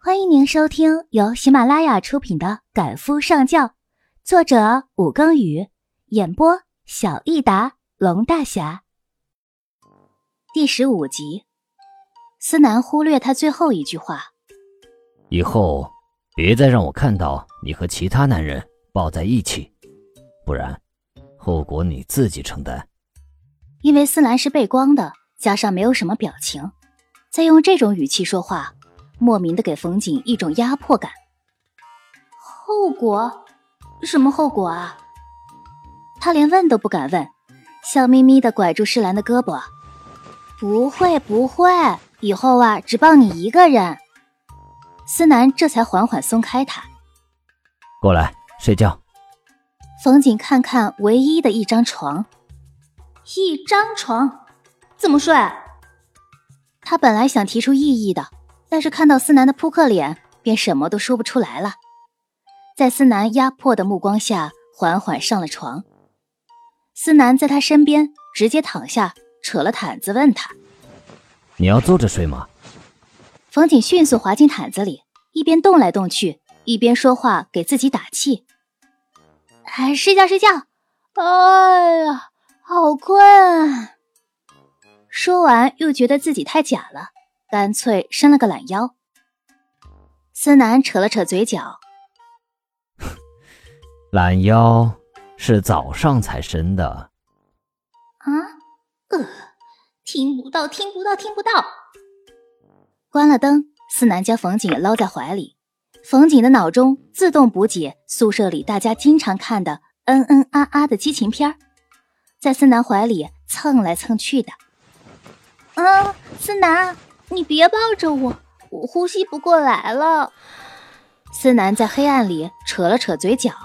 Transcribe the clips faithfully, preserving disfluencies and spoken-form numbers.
欢迎您收听由喜马拉雅出品的《赶夫上轿》，作者武庚宇，演播小益达龙大侠。第十五集，思南忽略他最后一句话： 以后别再让我看到你和其他男人抱在一起，不然后果你自己承担。 因为思南是背光的，加上没有什么表情，再用这种语气说话，莫名的给冯锦一种压迫感。后果？什么后果啊？他连问都不敢问，笑眯眯的拐住诗兰的胳膊。不会不会，以后啊只抱你一个人。思南这才缓缓松开他。 过来睡觉。 冯锦看看唯一的一张床。一张床？怎么睡？他本来想提出异议的，但是看到思南的扑克脸，便什么都说不出来了。在思南压迫的目光下，缓缓上了床。思南在他身边直接躺下，扯了毯子问他： 你要坐着睡吗？ 冯锦迅速滑进毯子里，一边动来动去，一边说话给自己打气：哎，睡觉睡觉，哎呀好困啊。说完又觉得自己太假了，干脆伸了个懒腰。思南扯了扯嘴角： 懒腰是早上才伸的。 啊？呃，听不到听不到听不到。关了灯，思南将冯锦捞在怀里，冯锦的脑中自动补解宿舍里大家经常看的嗯嗯啊啊的激情片，在思南怀里蹭来蹭去的。啊，思南，你别抱着我，我呼吸不过来了。思南在黑暗里扯了扯嘴角。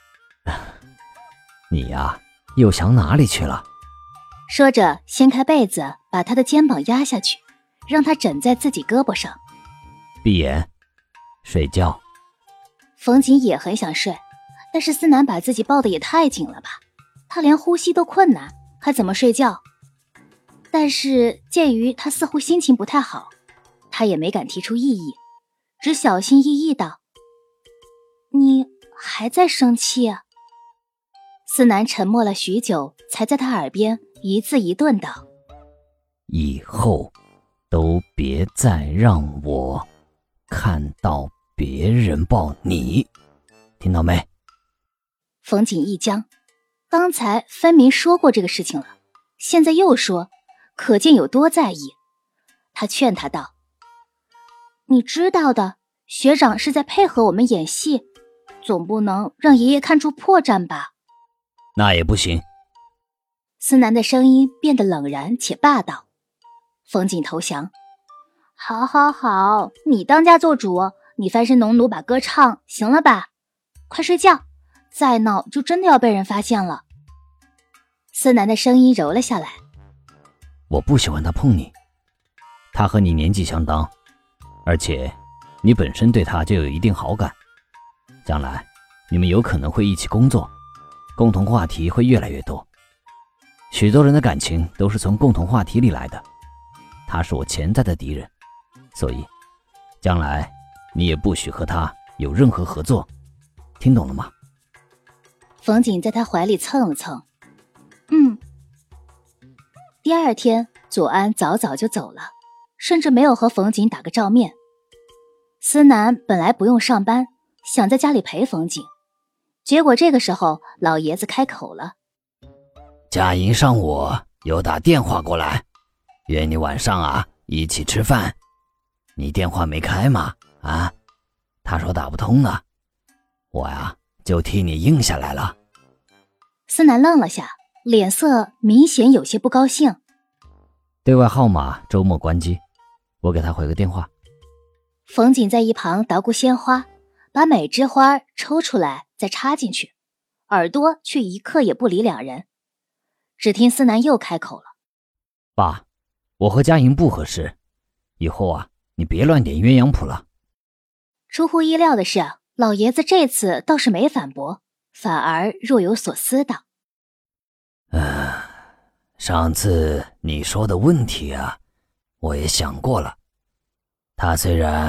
你呀，又想哪里去了？ 说着掀开被子，把他的肩膀压下去，让他枕在自己胳膊上。 闭眼睡觉。 冯锦也很想睡，但是思南把自己抱得也太紧了吧，他连呼吸都困难，还怎么睡觉？但是鉴于他似乎心情不太好，他也没敢提出异议，只小心翼翼道：你还在生气啊？思南沉默了许久，才在他耳边一字一顿道： 以后都别再让我看到别人抱你，听到没？ 冯锦一僵，刚才分明说过这个事情了，现在又说，可见有多在意。他劝他道：你知道的，学长是在配合我们演戏，总不能让爷爷看出破绽吧？ 那也不行。 思南的声音变得冷然且霸道。冯锦投降：好好好，你当家做主，你翻身农奴把歌唱，行了吧？快睡觉，再闹就真的要被人发现了。思南的声音柔了下来： 我不喜欢他碰你，他和你年纪相当，而且你本身对他就有一定好感，将来你们有可能会一起工作，共同话题会越来越多。许多人的感情都是从共同话题里来的，他是我潜在的敌人，所以将来你也不许和他有任何合作，听懂了吗？ 冯锦在他怀里蹭了蹭：嗯。第二天，左安早早就走了，甚至没有和冯锦打个照面。思南本来不用上班，想在家里陪冯锦，结果这个时候老爷子开口了： 佳莹上午有打电话过来，约你晚上啊一起吃饭，你电话没开吗？啊，他说打不通呢，我呀就替你应下来了。 思南愣了下，脸色明显有些不高兴。 对外号码周末关机，我给他回个电话。 冯锦在一旁捣鼓鲜花，把每枝花抽出来再插进去，耳朵却一刻也不理两人。只听思南又开口了： 爸，我和佳莹不合适，以后啊你别乱点鸳鸯谱了。 出乎意料的是，老爷子这次倒是没反驳，反而若有所思道： 呃，上次你说的问题啊，我也想过了。他虽然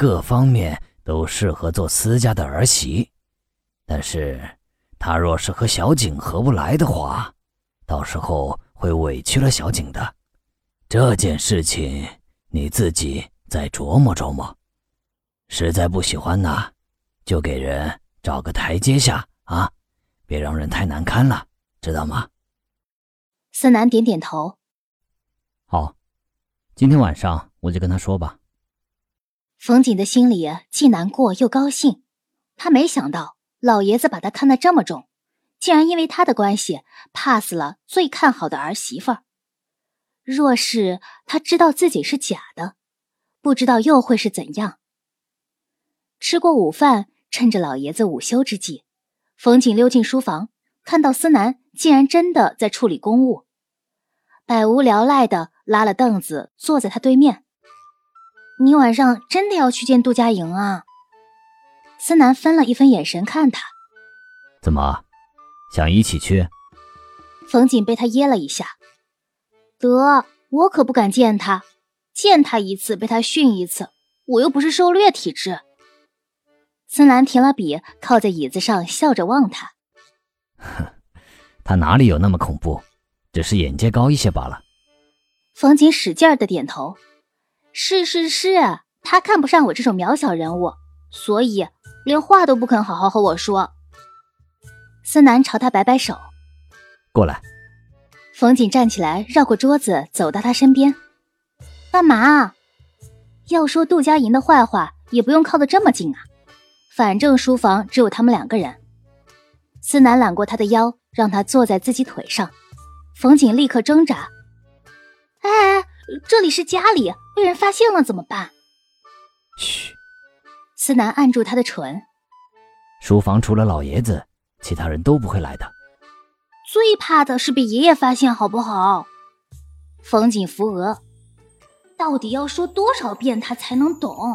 各方面都适合做私家的儿媳，但是她若是和小景合不来的话，到时候会委屈了小景的。这件事情你自己再琢磨琢磨，实在不喜欢呢，就给人找个台阶下啊，别让人太难堪了，知道吗？ 司南点点头。 好，今天晚上我就跟他说吧。 冯景的心里既难过又高兴，他没想到老爷子把他看得这么重，竟然因为他的关系 pass 了最看好的儿媳妇儿。若是他知道自己是假的，不知道又会是怎样。吃过午饭，趁着老爷子午休之际，冯景溜进书房，看到司南竟然真的在处理公务，百无聊赖的拉了凳子坐在他对面。你晚上真的要去见杜佳莹啊？司南分了一分眼神看他。 怎么，想一起去？ 冯景被他噎了一下。得，我可不敢见他，见他一次被他训一次，我又不是受虐体质。司南停了笔，靠在椅子上笑着望他。 他哪里有那么恐怖，只是眼界高一些罢了。 冯景使劲的点头。是是是，他看不上我这种渺小人物，所以连话都不肯好好和我说。司南朝他摆摆手。 过来。 冯景站起来，绕过桌子走到他身边。干嘛？要说杜佳莹的坏话也不用靠得这么近啊，反正书房只有他们两个人。司南揽过他的腰，让他坐在自己腿上。冯景立刻挣扎。哎，这里是家里，被人发现了怎么办？ 嘘。 司南按住他的唇。 书房除了老爷子，其他人都不会来的。 最怕的是被爷爷发现，好不好？冯景扶额。到底要说多少遍他才能懂？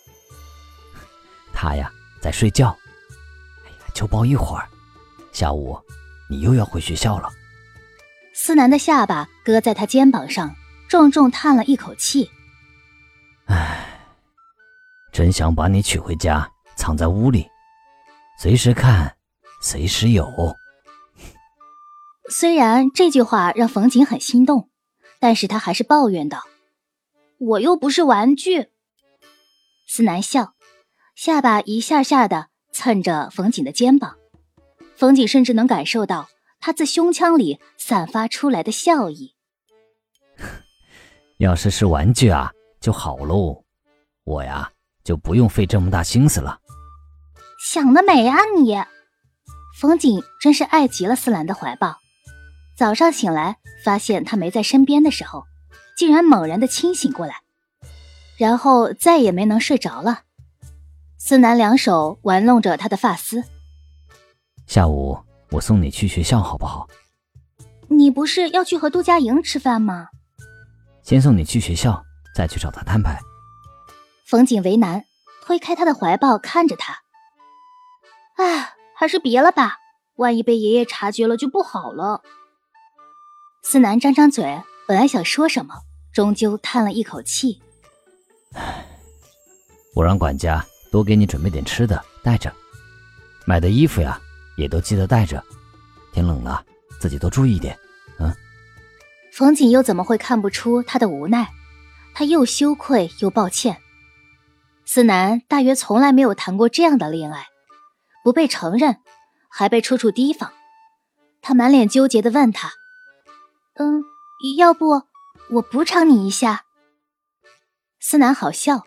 他呀，在睡觉。哎呀，就抱一会儿。下午你又要回学校了。 司南的下巴搁在他肩膀上，重重叹了一口气。 唉，真想把你娶回家，藏在屋里，随时看，随时有。 虽然这句话让冯景很心动，但是他还是抱怨道：我又不是玩具。司南笑，下巴一下下的蹭着冯景的肩膀，冯景甚至能感受到他自胸腔里散发出来的笑意。 要是是玩具啊，就好喽，我呀就不用费这么大心思了。 想得美啊你！冯景真是爱极了司南的怀抱。早上醒来发现他没在身边的时候，竟然猛然的清醒过来，然后再也没能睡着了。司南两手玩弄着他的发丝。 下午我送你去学校好不好？ 你不是要去和杜佳莹吃饭吗？ 先送你去学校，再去找他摊牌。 冯景为难，推开他的怀抱看着他。唉，还是别了吧，万一被爷爷察觉了就不好了。司南张张嘴，本来想说什么，终究叹了一口气。 唉，我让管家多给你准备点吃的带着，买的衣服呀也都记得带着，天冷了自己多注意一点。嗯。 冯景又怎么会看不出他的无奈？他又羞愧又抱歉。司南大约从来没有谈过这样的恋爱，不被承认，还被处处提防。他满脸纠结地问他：嗯，要不我补偿你一下？司南好笑。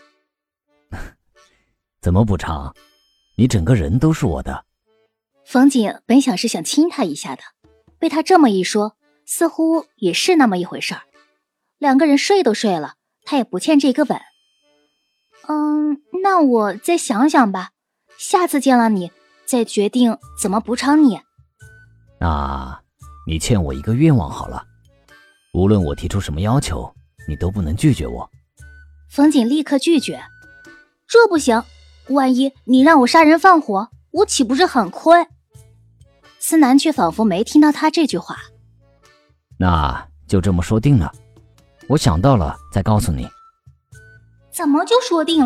怎么补偿？你整个人都是我的。 冯景本想是想亲他一下的，被他这么一说，似乎也是那么一回事儿。两个人睡都睡了，他也不欠这个吻。嗯，那我再想想吧，下次见了你再决定怎么补偿你。 那你欠我一个愿望好了，无论我提出什么要求，你都不能拒绝我。 冯景立刻拒绝。这不行，万一你让我杀人放火，我岂不是很亏？司南却仿佛没听到他这句话。 那就这么说定了，我想到了再告诉你。 怎么就说定了？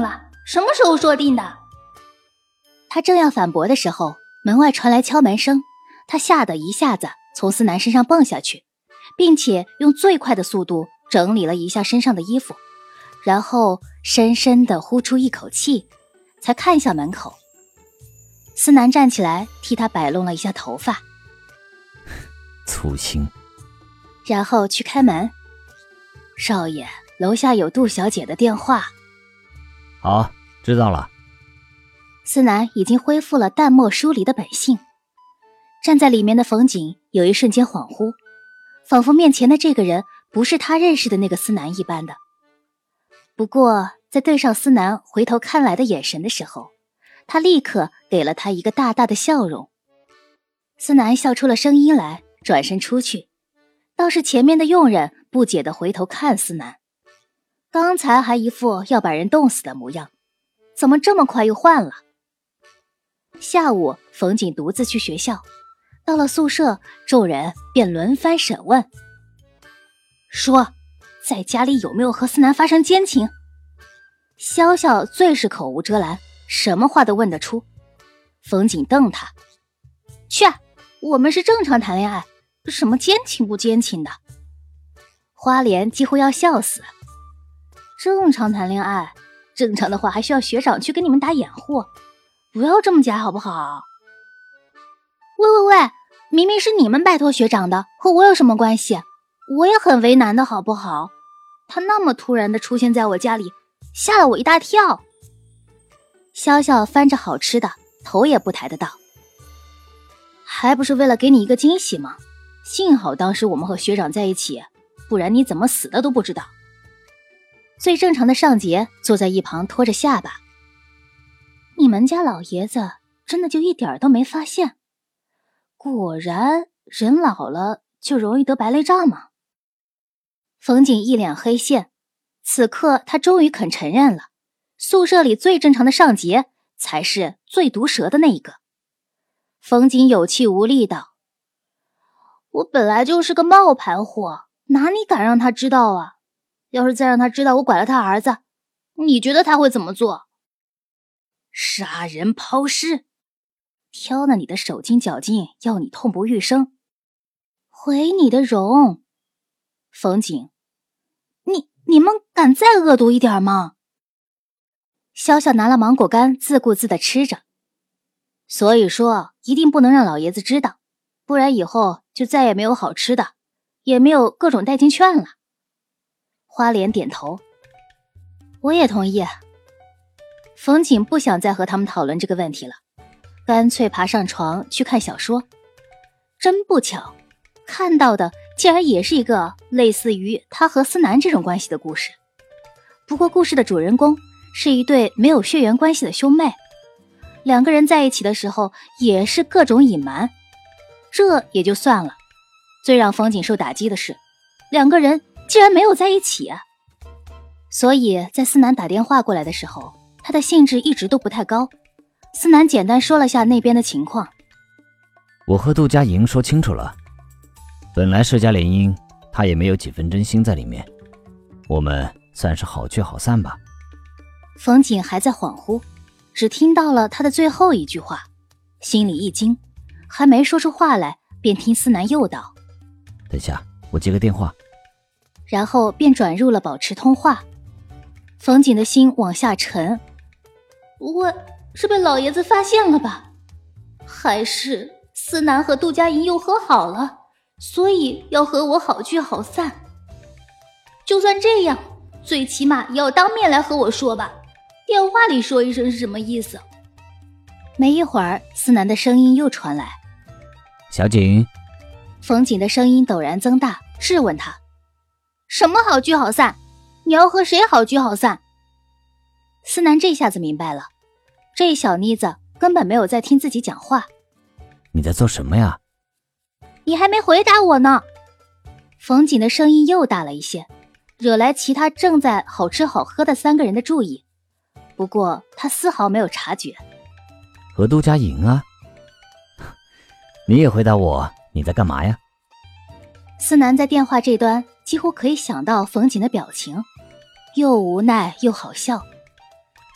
什么时候说定的？他正要反驳的时候，门外传来敲门声，他吓得一下子从思南身上蹦下去，并且用最快的速度整理了一下身上的衣服，然后深深地呼出一口气，才看向门口。思南站起来替他摆弄了一下头发， 粗心， 然后去开门。少爷，楼下有杜小姐的电话。 好，知道了。 思南已经恢复了淡漠疏离的本性，站在里面的冯景有一瞬间恍惚，仿佛面前的这个人不是他认识的那个思南一般的。不过在对上思南回头看来的眼神的时候，他立刻给了他一个大大的笑容。思南笑出了声音来，转身出去，倒是前面的佣人不解地回头看思南，刚才还一副要把人冻死的模样，怎么这么快又换了？下午冯景独自去学校，到了宿舍，众人便轮番审问，说在家里有没有和思南发生奸情。潇潇最是口无遮拦，什么话都问得出。冯景瞪他，去，我们是正常谈恋爱，什么奸情不奸情的。花莲几乎要笑死，正常谈恋爱，正常的话还需要学长去跟你们打掩护，不要这么假好不好？喂喂喂，明明是你们拜托学长的，和我有什么关系？我也很为难的好不好？他那么突然的出现在我家里，吓了我一大跳。潇潇翻着好吃的，头也不抬的道，还不是为了给你一个惊喜吗？幸好当时我们和学长在一起，不然你怎么死的都不知道。最正常的尚杰坐在一旁拖着下巴，你们家老爷子真的就一点都没发现？果然人老了就容易得白内障嘛。冯景一脸黑线，此刻他终于肯承认了，宿舍里最正常的尚杰才是最毒舌的那一个。冯景有气无力道，我本来就是个冒牌货，哪里敢让他知道啊？要是再让他知道我拐了他儿子，你觉得他会怎么做？杀人抛尸，挑了你的手筋脚筋，要你痛不欲生，毁你的容。冯景，你你们敢再恶毒一点吗？潇潇拿了芒果干自顾自地吃着，所以说一定不能让老爷子知道，不然以后就再也没有好吃的，也没有各种代金券了。花莲点头，我也同意。冯景不想再和他们讨论这个问题了，干脆爬上床去看小说。真不巧，看到的竟然也是一个类似于他和思南这种关系的故事。不过故事的主人公是一对没有血缘关系的兄妹，两个人在一起的时候也是各种隐瞒，这也就算了。最让冯景受打击的是，两个人竟然没有在一起啊！所以在思南打电话过来的时候，他的兴致一直都不太高。思南简单说了下那边的情况， 我和杜佳莹说清楚了，本来世家联姻，他也没有几分真心在里面，我们算是好聚好散吧。 冯景还在恍惚，只听到了他的最后一句话，心里一惊，还没说出话来，便听思南又道， 等下我接个电话， 然后便转入了保持通话。冯景的心往下沉，不会是被老爷子发现了吧？还是思南和杜佳莹又和好了，所以要和我好聚好散？就算这样，最起码也要当面来和我说吧，电话里说一声是什么意思？没一会儿，思南的声音又传来， 小景。 冯景的声音陡然增大，质问他，什么好聚好散？你要和谁好聚好散？思南这下子明白了，这小妮子根本没有在听自己讲话。 你在做什么呀？ 你还没回答我呢。冯景的声音又大了一些，惹来其他正在好吃好喝的三个人的注意，不过他丝毫没有察觉。 和杜佳莹啊。你也回答我，你在干嘛呀？ 思南在电话这端几乎可以想到冯景的表情，又无奈又好笑。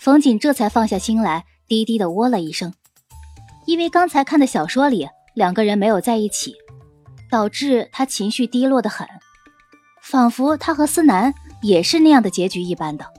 冯锦这才放下心来，低低地喔了一声。因为刚才看的小说里两个人没有在一起，导致他情绪低落得很，仿佛他和思南也是那样的结局一般的。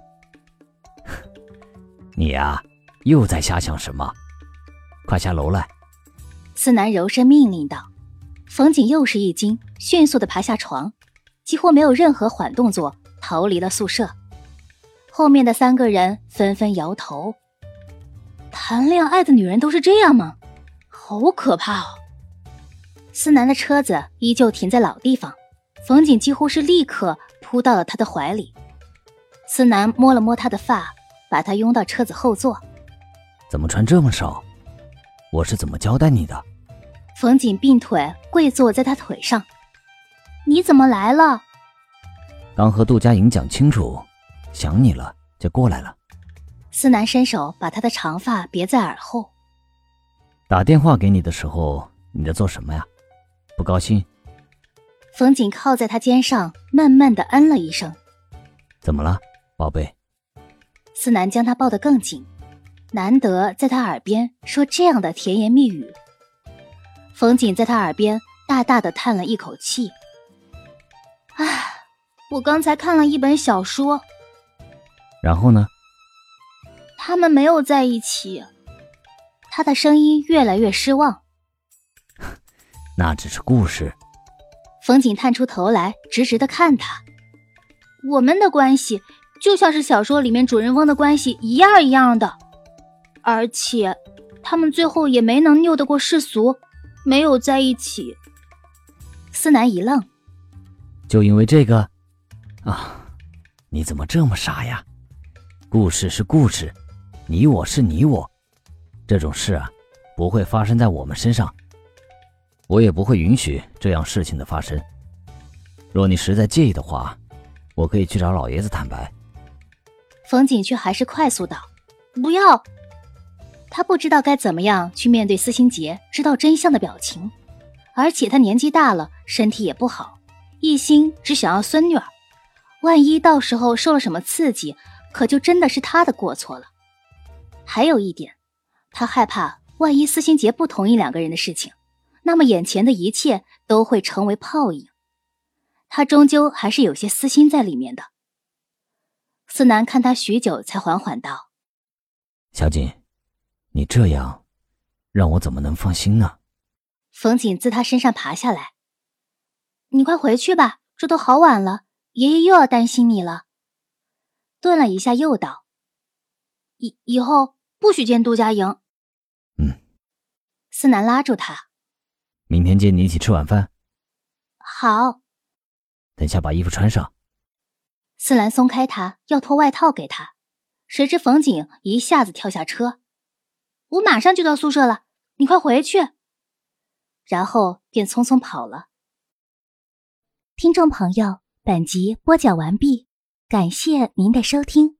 你呀，又在瞎想什么？快下楼来。 思南柔声命令道。冯锦又是一惊，迅速地爬下床，几乎没有任何缓动作，逃离了宿舍。后面的三个人纷纷摇头。谈恋爱的女人都是这样吗？好可怕哦！思南的车子依旧停在老地方，冯锦几乎是立刻扑到了他的怀里。思南摸了摸他的发，把他拥到车子后座。 怎么穿这么少？我是怎么交代你的？ 冯锦并腿跪坐在他腿上。你怎么来了？ 刚和杜佳莹讲清楚，想你了就过来了。 思南伸手把他的长发别在耳后。 打电话给你的时候你在做什么呀？不高兴？ 冯锦靠在他肩上闷闷地嗯了一声。 怎么了，宝贝？ 思南将他抱得更紧，难得在他耳边说这样的甜言蜜语。冯锦在他耳边大大的叹了一口气。唉，我刚才看了一本小说。 然后呢？ 他们没有在一起。他的声音越来越失望。 那只是故事。 冯锦探出头来，直直地看他。我们的关系就像是小说里面主人翁的关系一样一样的，而且他们最后也没能拗得过世俗，没有在一起。思南一愣。 就因为这个？啊，你怎么这么傻呀？故事是故事，你我是你我，这种事啊，不会发生在我们身上，我也不会允许这样事情的发生。若你实在介意的话，我可以去找老爷子坦白。 冯锦却还是快速道：不要！他不知道该怎么样去面对司心杰知道真相的表情，而且他年纪大了，身体也不好，一心只想要孙女儿，万一到时候受了什么刺激，可就真的是他的过错了。还有一点，他害怕万一司心杰不同意两个人的事情，那么眼前的一切都会成为泡影。他终究还是有些私心在里面的。思南看他许久，才缓缓道： 小锦，你这样让我怎么能放心呢？ 冯锦自他身上爬下来。你快回去吧，这都好晚了，爷爷又要担心你了。顿了一下又道：以以后不许见杜佳莹。 嗯。 思南拉住他： 明天接你一起吃晚饭。 好。 等下把衣服穿上。 思南松开他，要脱外套给他，谁知冯锦一下子跳下车：我马上就到宿舍了，你快回去。然后便匆匆跑了。听众朋友，本集播讲完毕，感谢您的收听。